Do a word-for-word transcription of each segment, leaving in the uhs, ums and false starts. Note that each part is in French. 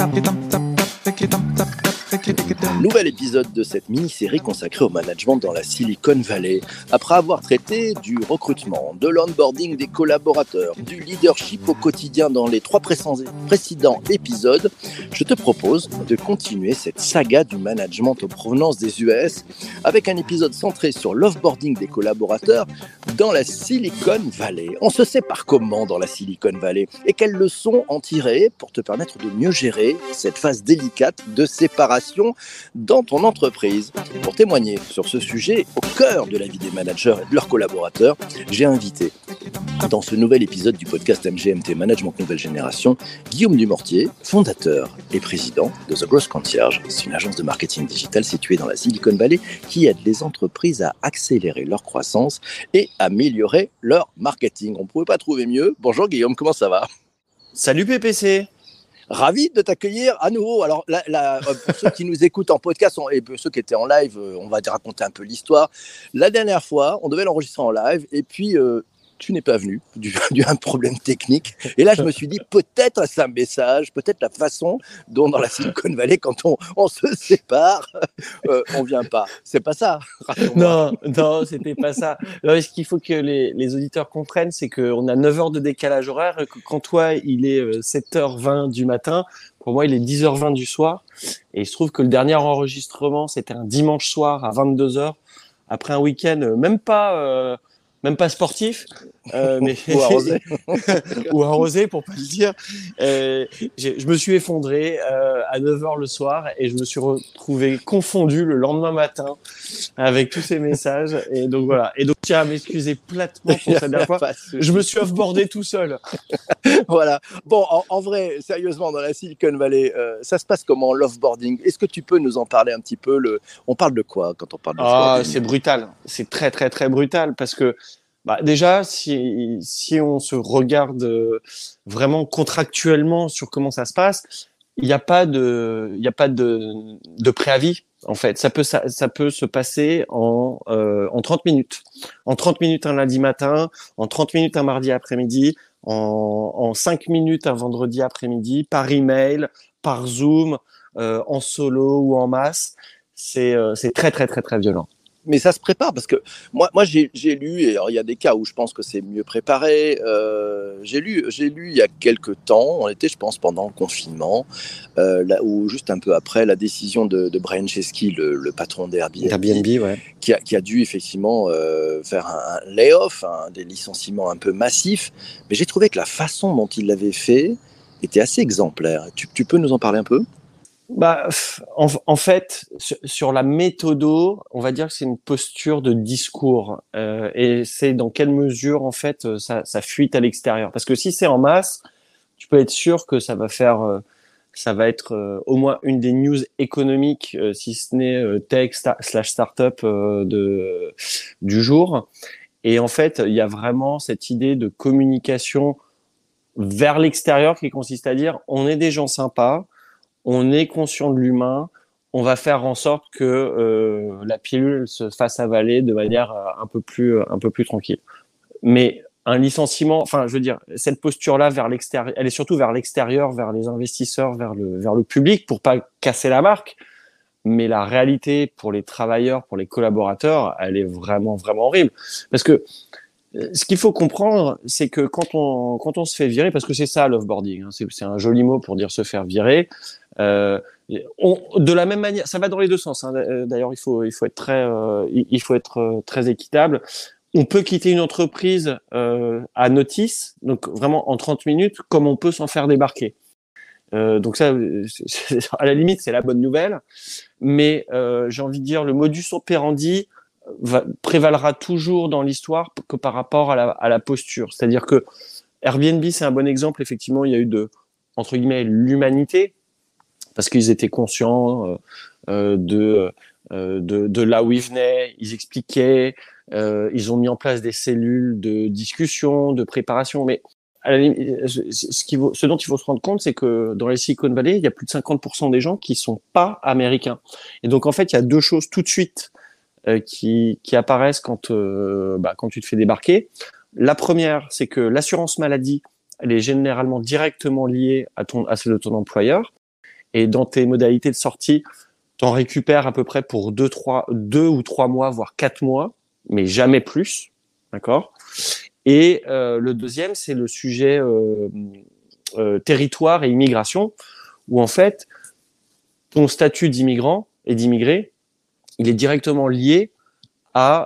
Nouvel épisode de cette mini-série consacrée au management dans la Silicon Valley. Après avoir traité du recrutement, de l'onboarding des collaborateurs, du leadership au quotidien dans les trois précédents épisodes, je te propose de continuer cette saga du management en provenance des U S avec un épisode centré sur l'offboarding des collaborateurs dans la Silicon Valley. On se sépare comment dans la Silicon Valley et quelles leçons en tirer pour te permettre de mieux gérer cette phase délicate de séparation dans ton entreprise. Pour témoigner sur ce sujet au cœur de la vie des managers et de leurs collaborateurs, j'ai invité dans ce nouvel épisode du podcast M G M T Management Nouvelle Génération, Guillaume Dumortier, fondateur et président de The Growth Concierge. C'est une agence de marketing digital située dans la Silicon Valley qui aide les entreprises à accélérer leur croissance et améliorer leur marketing. On ne pouvait pas trouver mieux. Bonjour Guillaume, comment ça va ? Salut P P C. Ravi de t'accueillir à nouveau. Alors, la, la, pour ceux qui nous écoutent en podcast on, et pour ceux qui étaient en live, on va te raconter un peu l'histoire. La dernière fois, on devait l'enregistrer en live et puis euh, tu n'es pas venu dû à un problème technique. Et là, je me suis dit, peut-être c'est un message, peut-être la façon dont dans la Silicon Valley, quand on, on se sépare, euh, on ne vient pas. C'est pas ça. Non, non, c'était pas ça. Alors, ce qu'il faut que les, les auditeurs comprennent, c'est qu'on a neuf heures de décalage horaire. Et que quand toi, il est sept heures vingt du matin, pour moi, il est dix heures vingt du soir. Et il se trouve que le dernier enregistrement, c'était un dimanche soir à vingt-deux heures, après un week-end, même pas... Euh, même pas sportif, euh, mais ou arrosé, ou arrosé pour pas le dire. Euh, je me suis effondré euh, à neuf heures le soir et je me suis retrouvé confondu le lendemain matin avec tous ces messages. Et donc voilà. Et donc tiens à m'excuser platement pour cette dernière fois. Je me suis offboardé tout seul. Voilà. Bon, en, en vrai, sérieusement, dans la Silicon Valley, euh, ça se passe comment l'offboarding ? Est-ce que tu peux nous en parler un petit peu ? le... On parle de quoi quand on parle d'offboarding ? Ah, c'est brutal. C'est très très très brutal parce que bah, déjà, si, si on se regarde vraiment contractuellement sur comment ça se passe, il n'y a pas de, il n'y a pas de, de préavis, en fait. Ça peut, ça, ça peut se passer en, euh, en trente minutes. En trente minutes un lundi matin, en trente minutes un mardi après-midi, en, en cinq minutes un vendredi après-midi, par email, par Zoom, euh, en solo ou en masse. C'est, euh, c'est très, très, très, très violent. Mais ça se prépare parce que moi, moi j'ai, j'ai lu, et alors il y a des cas où je pense que c'est mieux préparé. Euh, j'ai lu, j'ai lu il y a quelques temps, on était, je pense, pendant le confinement, euh, là, ou juste un peu après, la décision de, de Brian Chesky, le, le patron d'Airbnb, Airbnb, ouais. qui, a, qui a dû effectivement euh, faire un, un lay-off, un, des licenciements un peu massifs. Mais j'ai trouvé que la façon dont il l'avait fait était assez exemplaire. Tu, tu peux nous en parler un peu ? Bah, en, en fait, sur, sur la méthodo, on va dire que c'est une posture de discours, euh, et c'est dans quelle mesure en fait ça, ça fuite à l'extérieur. Parce que si c'est en masse, tu peux être sûr que ça va faire, euh, ça va être euh, au moins une des news économiques, euh, si ce n'est euh, tech star, slash startup euh, de du jour. Et en fait, il y a vraiment cette idée de communication vers l'extérieur qui consiste à dire on est des gens sympas. On est conscient de l'humain, on va faire en sorte que euh, la pilule se fasse avaler de manière un peu plus un peu plus tranquille. Mais un licenciement, enfin, je veux dire, cette posture-là vers l'extérieur, elle est surtout vers l'extérieur, vers les investisseurs, vers le vers le public, pour pas casser la marque. Mais la réalité pour les travailleurs, pour les collaborateurs, elle est vraiment vraiment horrible. Parce que ce qu'il faut comprendre, c'est que quand on quand on se fait virer, parce que c'est ça l'offboarding, hein, c'est c'est un joli mot pour dire se faire virer. Euh, on, de la même manière, ça va dans les deux sens. Hein, d'ailleurs, il faut il faut être très euh, il faut être très équitable. On peut quitter une entreprise euh, à notice, donc vraiment en trente minutes, comme on peut s'en faire débarquer. Euh, donc ça, c'est, c'est, à la limite, c'est la bonne nouvelle. Mais euh, j'ai envie de dire, le modus operandi va, prévalera toujours dans l'histoire que par rapport à la, à la posture. C'est-à-dire que Airbnb, c'est un bon exemple. Effectivement, il y a eu de, entre guillemets, l'humanité, parce qu'ils étaient conscients euh, de, euh, de, de là où ils venaient, ils expliquaient, euh, ils ont mis en place des cellules de discussion, de préparation. Mais à la limite, ce, qui vaut, ce dont il faut se rendre compte, c'est que dans les Silicon Valley, il y a plus de cinquante pour cent des gens qui sont pas américains. Et donc, en fait, il y a deux choses tout de suite euh, qui, qui apparaissent quand, euh, bah, quand tu te fais débarquer. La première, c'est que l'assurance maladie, elle est généralement directement liée à ton, à celle de ton employeur. Et dans tes modalités de sortie, tu en récupères à peu près pour deux, trois, deux ou trois mois, voire quatre mois, mais jamais plus. D'accord? Et euh, le deuxième, c'est le sujet euh, euh, territoire et immigration, où en fait, ton statut d'immigrant et d'immigré, il est directement lié à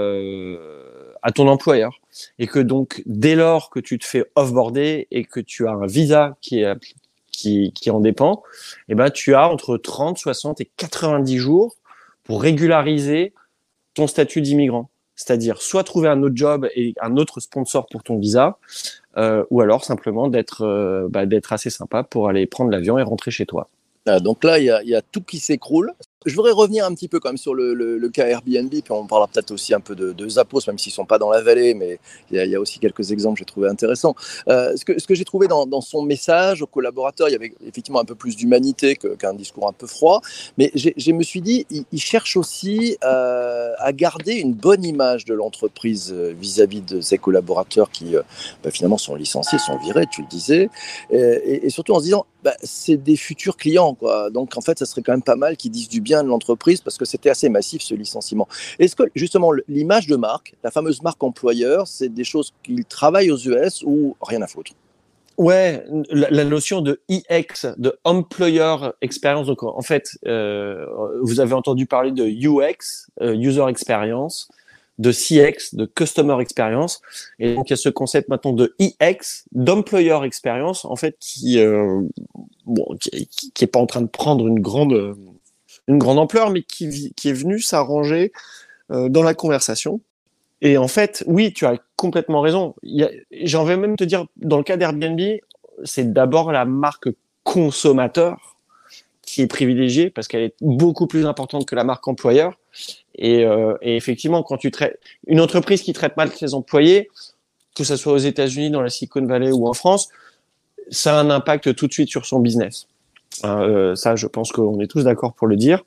euh, à ton employeur, et que donc dès lors que tu te fais off-boarder et que tu as un visa qui est qui qui en dépend, eh ben tu as entre trente, soixante et quatre-vingt-dix jours pour régulariser ton statut d'immigrant. C'est-à-dire soit trouver un autre job et un autre sponsor pour ton visa, euh, ou alors simplement d'être euh, bah, d'être assez sympa pour aller prendre l'avion et rentrer chez toi. Ah, donc là, il y a, il y a tout qui s'écroule. Je voudrais revenir un petit peu quand même sur le, le, le cas Airbnb, puis on parlera peut-être aussi un peu de, de Zappos, même s'ils ne sont pas dans la vallée, mais il y a, il y a aussi quelques exemples que j'ai trouvé intéressants. Euh, ce que, ce que j'ai trouvé dans, dans son message aux collaborateurs, il y avait effectivement un peu plus d'humanité que, qu'un discours un peu froid, mais j'ai, je me suis dit, il, il cherche aussi euh, à garder une bonne image de l'entreprise vis-à-vis de ses collaborateurs qui euh, bah, finalement sont licenciés, sont virés, tu le disais, et, et, et surtout en se disant, bah, c'est des futurs clients, quoi. Donc en fait, ça serait quand même pas mal qu'ils disent du bien de l'entreprise parce que c'était assez massif ce licenciement. Est-ce que justement l'image de marque, la fameuse marque employeur, c'est des choses qu'ils travaillent aux U S ou rien à foutre? Ouais, la, la notion de E X, de Employer Experience. Donc en fait, euh, vous avez entendu parler de U X, euh, User Experience, de C X, de Customer Experience, et donc il y a ce concept maintenant de E X, d'Employer Experience, en fait, qui euh, bon, qui, qui est pas en train de prendre une grande une grande ampleur, mais qui qui est venu s'arranger euh, dans la conversation. Et en fait, oui, tu as complètement raison. Il y a, j'en vais même te dire, dans le cas d'Airbnb, c'est d'abord la marque consommateur qui est privilégiée parce qu'elle est beaucoup plus importante que la marque employeur. Et, euh, et effectivement, quand tu traites une entreprise qui traite mal ses employés, que ce soit aux États-Unis, dans la Silicon Valley ou en France, ça a un impact tout de suite sur son business. Euh, ça, je pense qu'on est tous d'accord pour le dire.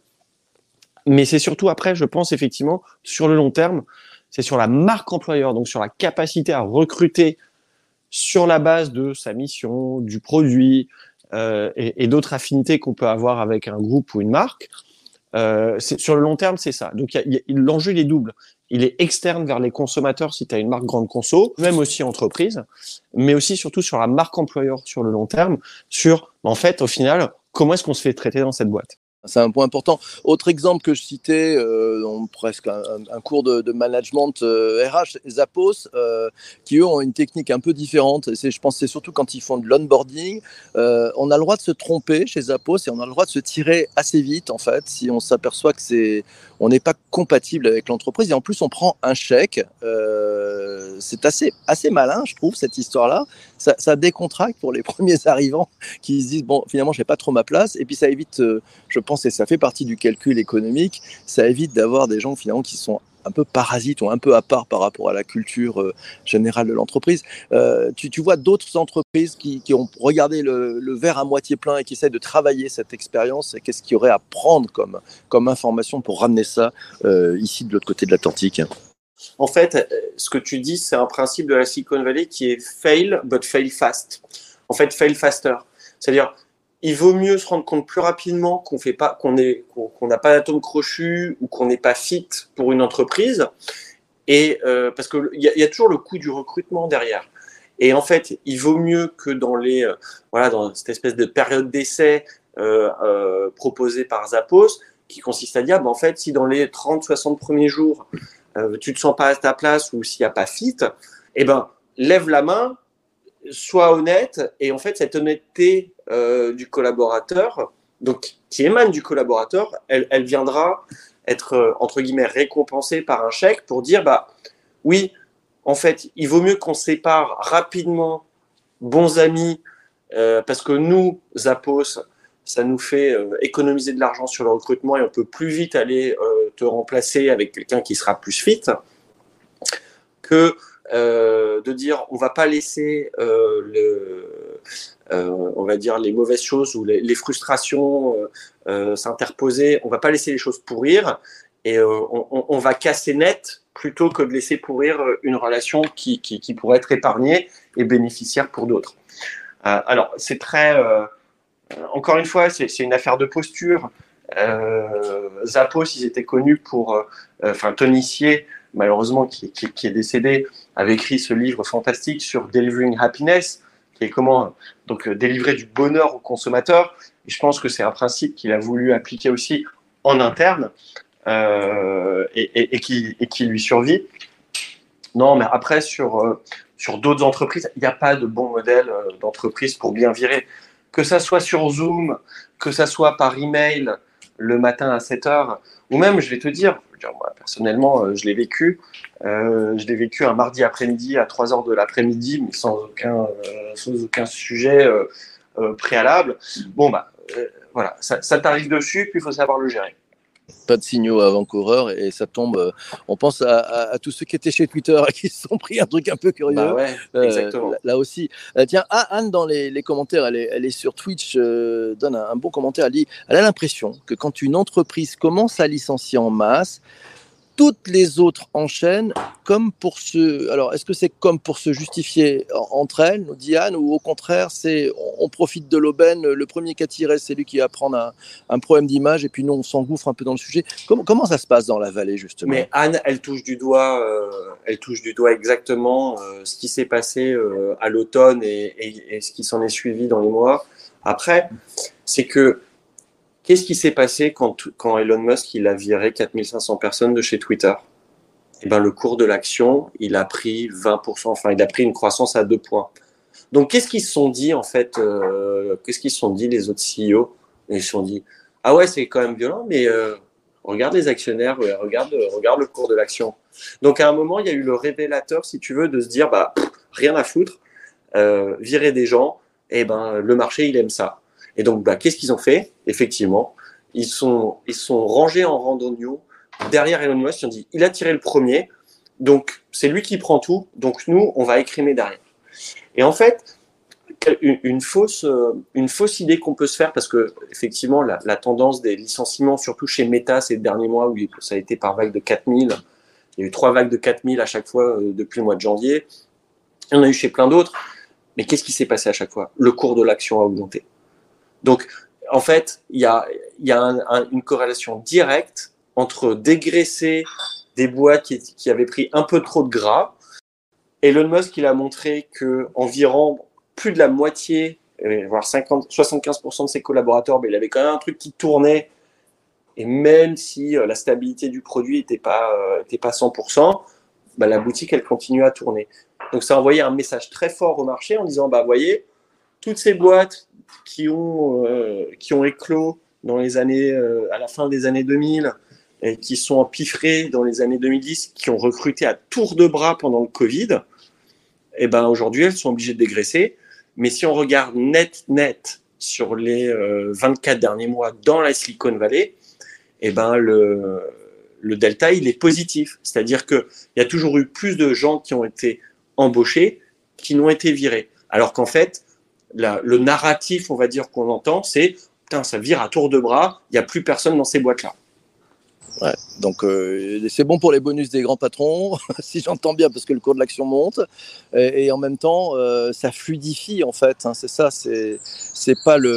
Mais c'est surtout après, je pense effectivement, sur le long terme, c'est sur la marque employeur, donc sur la capacité à recruter sur la base de sa mission, du produit euh, et, et d'autres affinités qu'on peut avoir avec un groupe ou une marque. Euh, c'est, sur le long terme, c'est ça. Donc, y a, y a, l'enjeu, il est double. Il est externe vers les consommateurs si tu as une marque grande conso, même aussi entreprise, mais aussi surtout sur la marque employeur sur le long terme, sur, en fait, au final, comment est-ce qu'on se fait traiter dans cette boîte? C'est un point important. Autre exemple que je citais, euh, dans presque un, un cours de, de management euh, R H, Zappos, euh, qui eux ont une technique un peu différente. C'est, je pense que c'est surtout quand ils font de l'onboarding. Euh, on a le droit de se tromper chez Zappos et on a le droit de se tirer assez vite, en fait, si on s'aperçoit que c'est, on n'est pas compatible avec l'entreprise. Et en plus, on prend un chèque. Euh, c'est assez, assez malin, je trouve, cette histoire-là. Ça, ça décontracte pour les premiers arrivants qui se disent, bon, finalement, je n'ai pas trop ma place. Et puis, ça évite, euh, je pense, et ça fait partie du calcul économique, ça évite d'avoir des gens finalement qui sont un peu parasites ou un peu à part par rapport à la culture euh, générale de l'entreprise. Euh, tu, tu vois d'autres entreprises qui, qui ont regardé le, le verre à moitié plein et qui essaient de travailler cette expérience, et qu'est-ce qu'il y aurait à prendre comme, comme information pour ramener ça euh, ici de l'autre côté de l'Atlantique? En fait, ce que tu dis, c'est un principe de la Silicon Valley qui est fail, but fail fast. En fait, fail faster. C'est-à-dire, il vaut mieux se rendre compte plus rapidement qu'on fait pas, qu'on est, qu'on n'a pas d'atome crochu ou qu'on n'est pas fit pour une entreprise. Et euh, parce que il y, y a toujours le coût du recrutement derrière. Et en fait, il vaut mieux que dans les, euh, voilà, dans cette espèce de période d'essai euh, euh, proposée par Zappos, qui consiste à dire, ben, en fait, si dans les trente, soixante premiers jours, euh, tu te sens pas à ta place ou s'il n'y a pas fit, eh ben, lève la main, sois honnête, et en fait, cette honnêteté euh, du collaborateur, donc qui émane du collaborateur, elle, elle viendra être euh, entre guillemets récompensée par un chèque pour dire, bah oui, en fait, il vaut mieux qu'on se sépare rapidement, bons amis, euh, parce que nous, Zappos, ça nous fait euh, économiser de l'argent sur le recrutement et on peut plus vite aller euh, te remplacer avec quelqu'un qui sera plus fit, que euh, de dire on va pas laisser euh, le, euh, on va dire les mauvaises choses ou les, les frustrations euh, euh, s'interposer, on va pas laisser les choses pourrir et euh, on, on va casser net plutôt que de laisser pourrir une relation qui, qui, qui pourrait être épargnée et bénéficiaire pour d'autres. Euh, alors c'est très euh, encore une fois, c'est, c'est une affaire de posture. Euh, Zappos, ils étaient connus pour, euh, enfin Tony Hsieh, malheureusement qui, qui, qui est décédé, avait écrit ce livre fantastique sur Delivering Happiness, qui est comment donc euh, délivrer du bonheur aux consommateurs. Et je pense que c'est un principe qu'il a voulu appliquer aussi en interne euh, et, et, et, qui, et qui lui survit. Non, mais après sur euh, sur d'autres entreprises, il n'y a pas de bon modèle euh, d'entreprise pour bien virer. Que ça soit sur Zoom, que ça soit par email le matin à sept heures, ou même, je vais te dire, je dire moi, personnellement, euh, je l'ai vécu, euh, je l'ai vécu un mardi après-midi à trois heures de l'après-midi, mais sans aucun, euh, sans aucun sujet euh, euh, préalable. Bon, bah, euh, voilà, ça, ça t'arrive dessus, puis il faut savoir le gérer. Pas de signaux avant-coureurs et ça tombe. On pense à, à, à tous ceux qui étaient chez Twitter et qui se sont pris un truc un peu curieux. Bah ouais, exactement. Euh, là, là aussi. Euh, tiens, ah, Anne, dans les, les commentaires, elle est, elle est sur Twitch, euh, donne un, un bon commentaire. Elle dit elle a l'impression que quand une entreprise commence à licencier en masse, toutes les autres enchaînent comme pour se. Alors, est-ce que c'est comme pour se justifier entre elles, nous dit Anne, ou au contraire, c'est on, on profite de l'aubaine, le premier qui a tiré, c'est lui qui va prendre un, un problème d'image, et puis nous, on s'engouffre un peu dans le sujet. Comment, comment ça se passe dans la vallée, justement ? Mais Anne, elle touche du doigt, euh, elle touche du doigt exactement euh, ce qui s'est passé euh, à l'automne et, et, et ce qui s'en est suivi dans les mois. Après, c'est que qu'est-ce qui s'est passé quand, quand Elon Musk il a viré quatre mille cinq cents personnes de chez Twitter ? Eh ben, le cours de l'action, il a pris vingt pour cent, enfin, il a pris une croissance à deux points. Donc, qu'est-ce qu'ils se sont dit, en fait, euh, qu'est-ce qu'ils se sont dit, les autres C E O ? Ils se sont dit, ah ouais, c'est quand même violent, mais euh, regarde les actionnaires, regarde, regarde le cours de l'action. Donc, à un moment, il y a eu le révélateur, si tu veux, de se dire, bah, pff, rien à foutre, euh, virer des gens, et ben, le marché, il aime ça. Et donc, bah, qu'est-ce qu'ils ont fait ? Effectivement, ils sont, ils sont rangés en rang d'oignons derrière Elon Musk. Ils ont dit, il a tiré le premier, donc c'est lui qui prend tout. Donc nous, on va écrimer derrière. Et en fait, une, une fausse, une fausse idée qu'on peut se faire, parce que effectivement, la, la tendance des licenciements, surtout chez Meta ces derniers mois, où ça a été par vague de quatre mille, il y a eu trois vagues de quatre mille à chaque fois euh, depuis le mois de janvier. Il y en a eu chez plein d'autres. Mais qu'est-ce qui s'est passé à chaque fois ? Le cours de l'action a augmenté. Donc, en fait, il y a, y a un, un, une corrélation directe entre dégraisser des boîtes qui, qui avaient pris un peu trop de gras. Elon Musk, il a montré qu'environ plus de la moitié, voire cinquante, soixante-quinze pour cent de ses collaborateurs, ben, il avait quand même un truc qui tournait. Et même si euh, la stabilité du produit n'était pas, euh, était pas cent pour cent, ben, la boutique, elle continue à tourner. Donc, ça a envoyé un message très fort au marché en disant, bah, voyez, toutes ces boîtes qui ont, euh, qui ont éclos dans les années, euh, à la fin des années deux mille, et qui sont empiffrées dans les années deux mille dix, qui ont recruté à tour de bras pendant le Covid, et ben aujourd'hui, elles sont obligées de dégraisser. Mais si on regarde net, net sur les euh, vingt-quatre derniers mois dans la Silicon Valley, et ben le, le delta, il est positif. C'est-à-dire qu'il y a toujours eu plus de gens qui ont été embauchés qui n'ont été virés. Alors qu'en fait, La, le narratif, on va dire, qu'on entend, c'est « putain, ça vire à tour de bras, il n'y a plus personne dans ces boîtes-là ». Ouais, donc euh, c'est bon pour les bonus des grands patrons, si j'entends bien, parce que le cours de l'action monte, et, et en même temps, euh, ça fluidifie, en fait, hein, c'est ça, c'est, c'est pas le,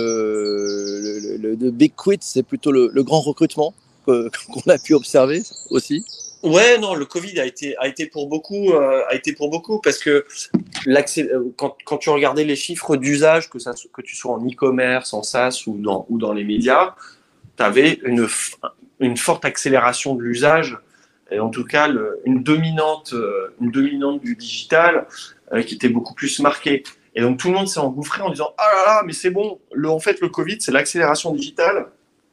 le, le, le big quit, c'est plutôt le, le grand recrutement que, qu'on a pu observer aussi. Ouais, non, le Covid a été a été pour beaucoup euh, a été pour beaucoup parce que l'accès, quand quand tu regardais les chiffres d'usage, que ça que tu sois en e-commerce, en SaaS ou dans ou dans les médias, tu avais une une forte accélération de l'usage et en tout cas le, une dominante une dominante du digital euh, qui était beaucoup plus marquée. Et donc tout le monde s'est engouffré en disant ah là là mais c'est bon, le en fait le Covid c'est l'accélération digitale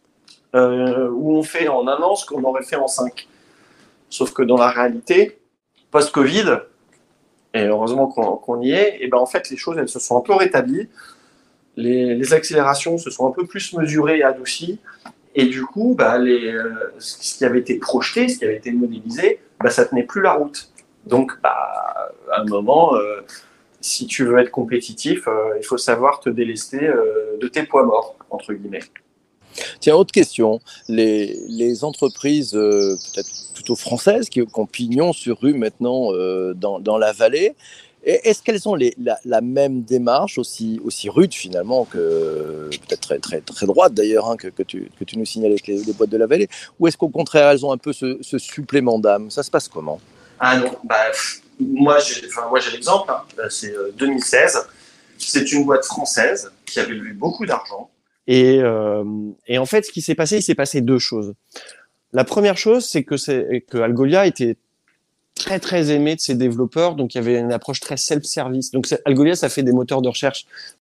euh, où on fait en un an ce qu'on aurait fait en cinq. Sauf que dans la réalité, post-Covid, et heureusement qu'on, qu'on y est, et ben en fait les choses elles se sont un peu rétablies, les, les accélérations se sont un peu plus mesurées et adoucies, et du coup, bah, les, euh, ce qui avait été projeté, ce qui avait été modélisé, bah, ça tenait plus la route. Donc, bah, à un moment, euh, si tu veux être compétitif, euh, il faut savoir te délester euh, de tes poids morts, entre guillemets. Tiens, autre question. Les, les entreprises, euh, peut-être plutôt françaises, qui, qui ont pignon sur rue maintenant euh, dans, dans la vallée, Et est-ce qu'elles ont les, la, la même démarche, aussi, aussi rude finalement, que peut-être très, très, très droite d'ailleurs, hein, que, que, tu, que tu nous signales avec les, les boîtes de la vallée, ou est-ce qu'au contraire elles ont un peu ce, ce supplément d'âme? Ça se passe comment? Ah non, bah, pff, moi, j'ai, enfin, moi j'ai l'exemple, hein. C'est euh, deux mille seize, c'est une boîte française qui avait levé beaucoup d'argent. Et, euh, et en fait, ce qui s'est passé, il s'est passé deux choses. La première chose, c'est que, c'est, que Algolia était très très aimé de ses développeurs, donc il y avait une approche très self-service. Donc Algolia, ça fait des moteurs de recherche.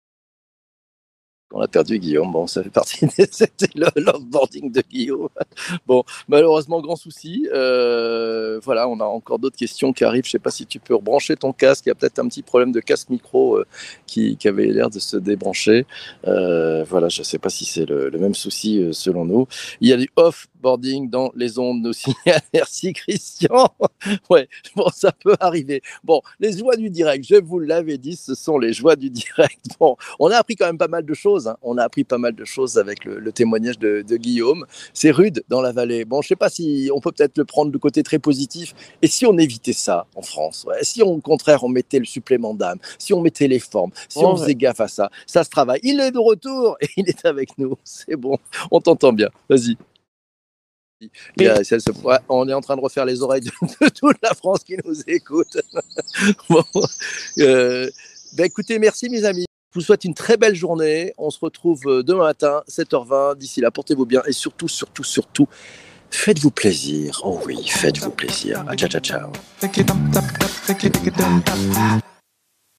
On a perdu Guillaume, bon, ça fait partie des... C'était le l'offboarding de Guillaume. Bon, malheureusement, grand souci. Euh, voilà, on a encore d'autres questions qui arrivent. Je ne sais pas si tu peux rebrancher ton casque. Il y a peut-être un petit problème de casque micro euh, qui, qui avait l'air de se débrancher. Euh, voilà, je ne sais pas si c'est le, le même souci euh, selon nous. Il y a du off-boarding dans les ondes, nous signale. Merci Christian. Ouais, bon, ça peut arriver. Bon, les joies du direct, je vous l'avais dit, ce sont les joies du direct. Bon, on a appris quand même pas mal de choses. Hein. On a appris pas mal de choses avec le, le témoignage de, de Guillaume. C'est rude dans la vallée. Bon, je ne sais pas si on peut peut-être le prendre du côté très positif. Et si on évitait ça en France, ouais, si on, au contraire on mettait le supplément d'âme, si on mettait les formes, si oh, on faisait ouais. gaffe à ça, ça se travaille. Il est de retour et il est avec nous. C'est bon, on t'entend bien. Vas-y. Il y a, ça, ça, ouais, on est en train de refaire les oreilles de, de toute la France qui nous écoute. Bon, euh, ben écoutez, merci mes amis. Je vous souhaite une très belle journée. On se retrouve demain matin, sept heures vingt. D'ici là, portez-vous bien et surtout, surtout, surtout, faites-vous plaisir. Oh oui, faites-vous plaisir. Ah, ciao, ciao, ciao.